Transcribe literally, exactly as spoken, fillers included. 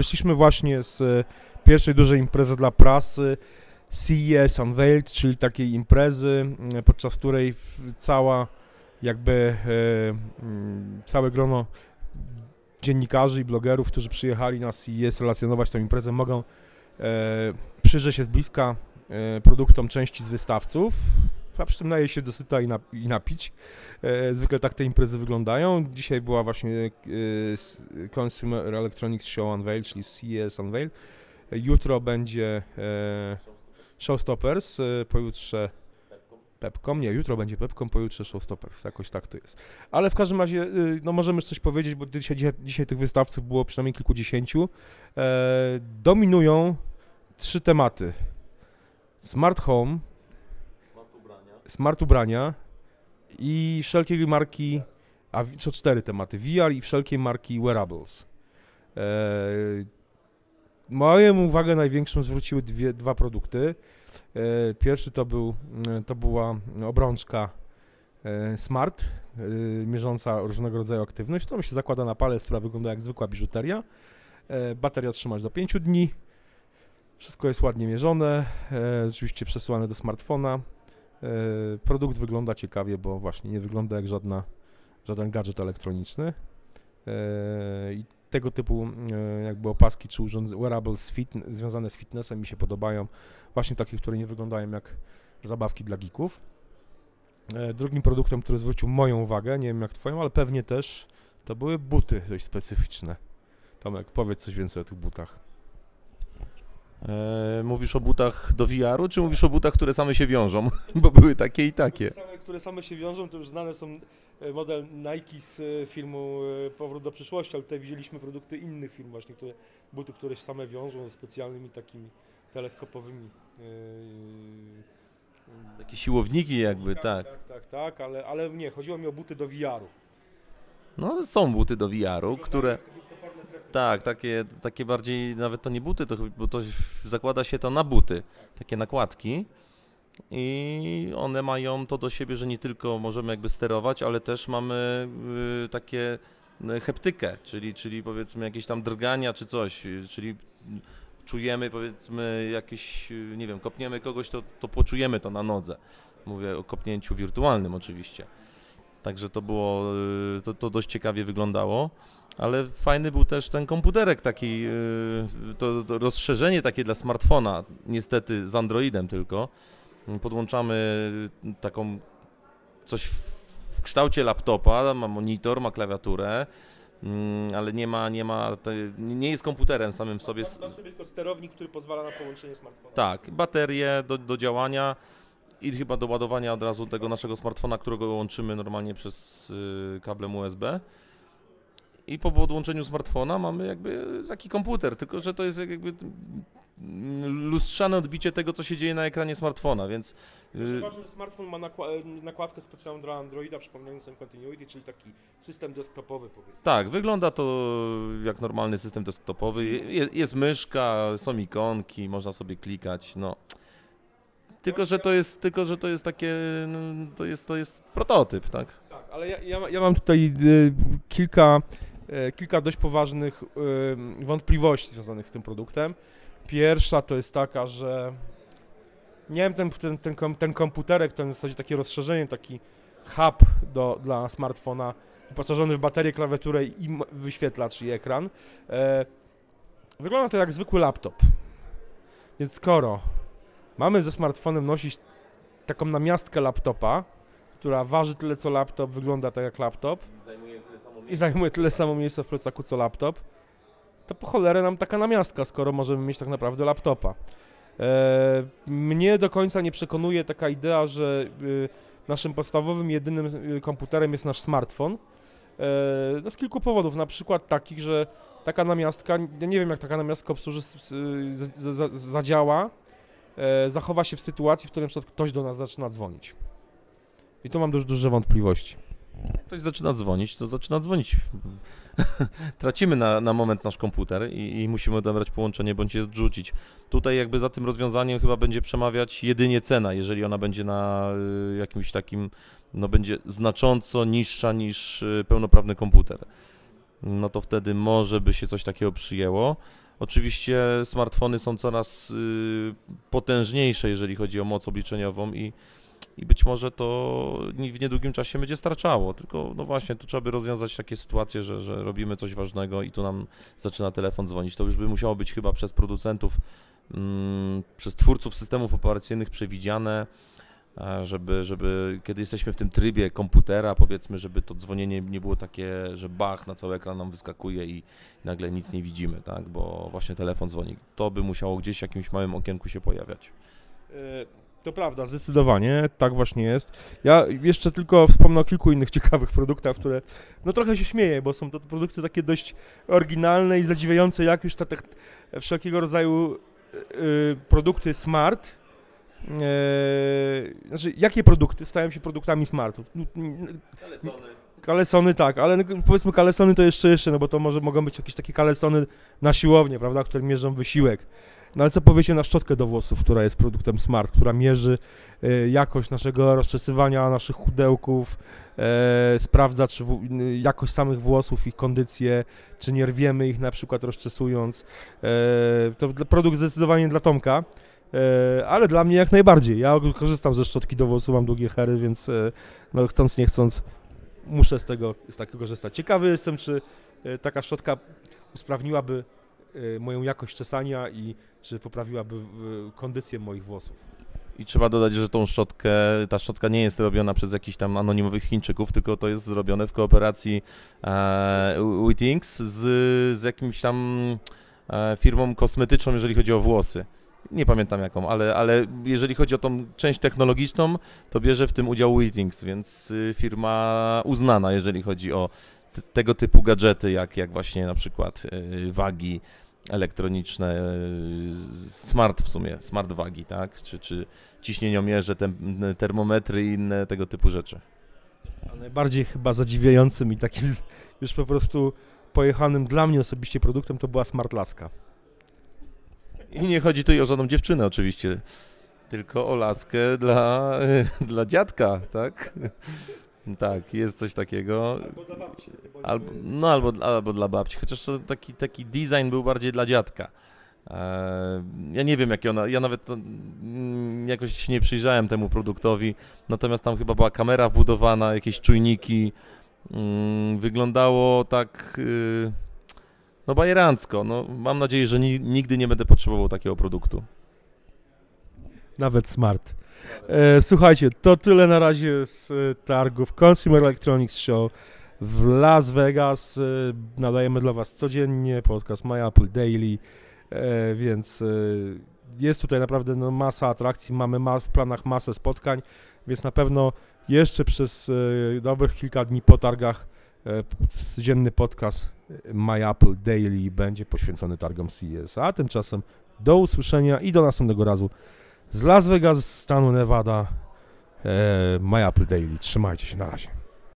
Wyszliśmy właśnie z pierwszej dużej imprezy dla prasy, C E S Unveiled, czyli takiej imprezy, podczas której cała jakby e, całe grono dziennikarzy i blogerów, którzy przyjechali na C E S relacjonować tę imprezę, mogą e, przyjrzeć się z bliska e, produktom części z wystawców, a przy tym naje się dosyta i, na, i napić. E, zwykle tak te imprezy wyglądają. Dzisiaj była właśnie e, Consumer Electronics Show Unveiled, czyli C E S Unveiled. E, jutro będzie e, Showstoppers, e, pojutrze Pepcom, nie, jutro będzie Pepcom, pojutrze Showstoppers, jakoś tak to jest. Ale w każdym razie, no możemy już coś powiedzieć, bo dzisiaj, dzisiaj, dzisiaj tych wystawców było przynajmniej kilkudziesięciu. E, dominują trzy tematy. Smart home, smart ubrania, smart ubrania i wszelkie marki, a co cztery tematy, V R i wszelkie marki wearables. E, moją uwagę największą zwróciły dwie, dwa produkty. Pierwszy to, był, to była obrączka Smart, mierząca różnego rodzaju aktywność, którą się zakłada na palec, która wygląda jak zwykła biżuteria. Bateria trzyma do pięciu dni, wszystko jest ładnie mierzone, rzeczywiście przesyłane do smartfona. Produkt wygląda ciekawie, bo właśnie nie wygląda jak żadna, żaden gadżet elektroniczny. I tego typu jakby opaski czy urządzenia, wearables fit, związane z fitnessem mi się podobają, właśnie takie, które nie wyglądają jak zabawki dla geeków. Drugim produktem, który zwrócił moją uwagę, nie wiem jak twoją, ale pewnie też, to były buty dość specyficzne. Tomek, powiedz coś więcej o tych butach. E, mówisz o butach do V R u, czy mówisz o butach, które same się wiążą? Bo były takie i takie. Buty same, które same się wiążą, to już znane są model Nike z filmu Powrót do przyszłości, ale tutaj widzieliśmy produkty innych firm właśnie, które, buty, które się same wiążą ze specjalnymi takimi teleskopowymi. Yy, Takie siłowniki jakby, tak. tak. Tak, tak, tak, ale, ale nie, chodziło mi o buty do V R u. No są buty do V R u, które... Tak, takie, takie bardziej, nawet to nie buty, to, bo to zakłada się to na buty, takie nakładki i one mają to do siebie, że nie tylko możemy jakby sterować, ale też mamy y, takie heptykę, czyli, czyli powiedzmy jakieś tam drgania czy coś, czyli czujemy powiedzmy jakieś, nie wiem, kopniemy kogoś, to, to poczujemy to na nodze. Mówię o kopnięciu wirtualnym oczywiście. Także to było, to, to dość ciekawie wyglądało, ale fajny był też ten komputerek taki, to, to rozszerzenie takie dla smartfona, niestety z Androidem tylko. Podłączamy taką coś w kształcie laptopa, ma monitor, ma klawiaturę, ale nie ma, nie ma, nie jest komputerem samym w sobie. Ma sobie tylko sterownik, który pozwala na połączenie smartfona. Tak, baterię do, do działania. I chyba do ładowania od razu tego naszego smartfona, którego łączymy normalnie przez y, kablem U S B. I po podłączeniu smartfona mamy jakby taki komputer, tylko że to jest jakby lustrzane odbicie tego, co się dzieje na ekranie smartfona, więc... Proszę ważne, że smartfon ma nakła- nakładkę specjalną dla Androida, przypominającą Continuity, czyli taki system desktopowy, powiedzmy. Tak, wygląda to jak normalny system desktopowy. Je, jest myszka, są ikonki, można sobie klikać, no... Tylko że, to jest, tylko, że to jest takie, to jest, to jest prototyp, tak? Tak, ale ja, ja, ja mam tutaj y, kilka, y, kilka dość poważnych y, wątpliwości związanych z tym produktem. Pierwsza to jest taka, że nie wiem, ten, ten, ten, ten komputerek, ten w zasadzie takie rozszerzenie, taki hub do, dla smartfona, wyposażony w baterię, klawiaturę i wyświetlacz i ekran. Y, wygląda to jak zwykły laptop. Więc skoro mamy ze smartfonem nosić taką namiastkę laptopa, która waży tyle co laptop, wygląda tak jak laptop zajmuje tyle samo i zajmuje tyle samo miejsca w plecaku co laptop, to po cholerę nam taka namiastka, skoro możemy mieć tak naprawdę laptopa. E, mnie do końca nie przekonuje taka idea, że y, naszym podstawowym, jedynym y, komputerem jest nasz smartfon. E, no z kilku powodów, na przykład takich, że taka namiastka, ja nie wiem jak taka namiastka obsłuży, z, z, z, z, zadziała, zachowa się w sytuacji, w której na przykład ktoś do nas zaczyna dzwonić. I tu mam dość duże wątpliwości. Ktoś zaczyna dzwonić, to zaczyna dzwonić. Tracimy na, na moment nasz komputer i, i musimy odebrać połączenie bądź je odrzucić. Tutaj jakby za tym rozwiązaniem chyba będzie przemawiać jedynie cena, jeżeli ona będzie na y, jakimś takim, no będzie znacząco niższa niż y, pełnoprawny komputer. No to wtedy może by się coś takiego przyjęło. Oczywiście smartfony są coraz y, potężniejsze, jeżeli chodzi o moc obliczeniową i, i być może to w niedługim czasie będzie starczało, tylko no właśnie, tu trzeba by rozwiązać takie sytuacje, że, że robimy coś ważnego i tu nam zaczyna telefon dzwonić. To już by musiało być chyba przez producentów, mm, przez twórców systemów operacyjnych przewidziane, żeby, żeby kiedy jesteśmy w tym trybie komputera, powiedzmy, żeby to dzwonienie nie było takie, że bach, na cały ekran nam wyskakuje i nagle nic nie widzimy, tak, bo właśnie telefon dzwoni. To by musiało gdzieś w jakimś małym okienku się pojawiać. To prawda, zdecydowanie, tak właśnie jest. Ja jeszcze tylko wspomnę o kilku innych ciekawych produktach, które, no trochę się śmieję, bo są to produkty takie dość oryginalne i zadziwiające, jak już te, te wszelkiego rodzaju y, produkty smart. Eee, znaczy, jakie produkty stają się produktami smartów? Kalesony. Kalesony tak, ale powiedzmy kalesony to jeszcze jeszcze, no bo to może mogą być jakieś takie kalesony na siłownię, prawda, które mierzą wysiłek. No ale co powiecie na szczotkę do włosów, która jest produktem smart, która mierzy e, jakość naszego rozczesywania, naszych chudełków, e, sprawdza czy w, jakość samych włosów, ich kondycję, czy nie rwiemy ich na przykład rozczesując. E, to produkt zdecydowanie dla Tomka. Ale dla mnie jak najbardziej. Ja korzystam ze szczotki do włosów, mam długie hery, więc no, chcąc nie chcąc muszę z tego, z takiego korzystać. Ciekawy jestem, czy taka szczotka usprawniłaby moją jakość czesania i czy poprawiłaby kondycję moich włosów. I trzeba dodać, że tą szczotkę, ta szczotka nie jest robiona przez jakichś tam anonimowych Chińczyków, tylko to jest zrobione w kooperacji e, Withings z, z jakimś tam e, firmą kosmetyczną, jeżeli chodzi o włosy. Nie pamiętam jaką, ale, ale jeżeli chodzi o tą część technologiczną, to bierze w tym udział Withings, więc firma uznana, jeżeli chodzi o t- tego typu gadżety, jak, jak właśnie na przykład y, wagi elektroniczne, y, smart w sumie, smart wagi, tak, czy, czy ciśnieniomierze, tem, termometry i inne tego typu rzeczy. A najbardziej chyba zadziwiającym i takim już po prostu pojechanym dla mnie osobiście produktem to była Smart Laska. I nie chodzi tu o żadną dziewczynę oczywiście, tylko o laskę dla, dla dziadka, tak? Tak, jest coś takiego. Albo dla babci. Albo, no albo, albo dla babci, chociaż to taki, taki design był bardziej dla dziadka. E, ja nie wiem jakie ona, ja nawet to, mm, jakoś się nie przyjrzałem temu produktowi, natomiast tam chyba była kamera wbudowana, jakieś czujniki, mm, wyglądało tak... Y, No bajerancko, no mam nadzieję, że ni- nigdy nie będę potrzebował takiego produktu. Nawet smart. E, słuchajcie, to tyle na razie z e, targów Consumer Electronics Show w Las Vegas. E, nadajemy dla Was codziennie podcast My Apple Daily, e, więc e, jest tutaj naprawdę no, masa atrakcji, mamy ma- w planach masę spotkań, więc na pewno jeszcze przez e, dobrych kilka dni po targach e, codzienny podcast My Apple Daily będzie poświęcony targom C E S. A tymczasem do usłyszenia i do następnego razu z Las Vegas, z stanu Nevada, e, My Apple Daily. Trzymajcie się, na razie.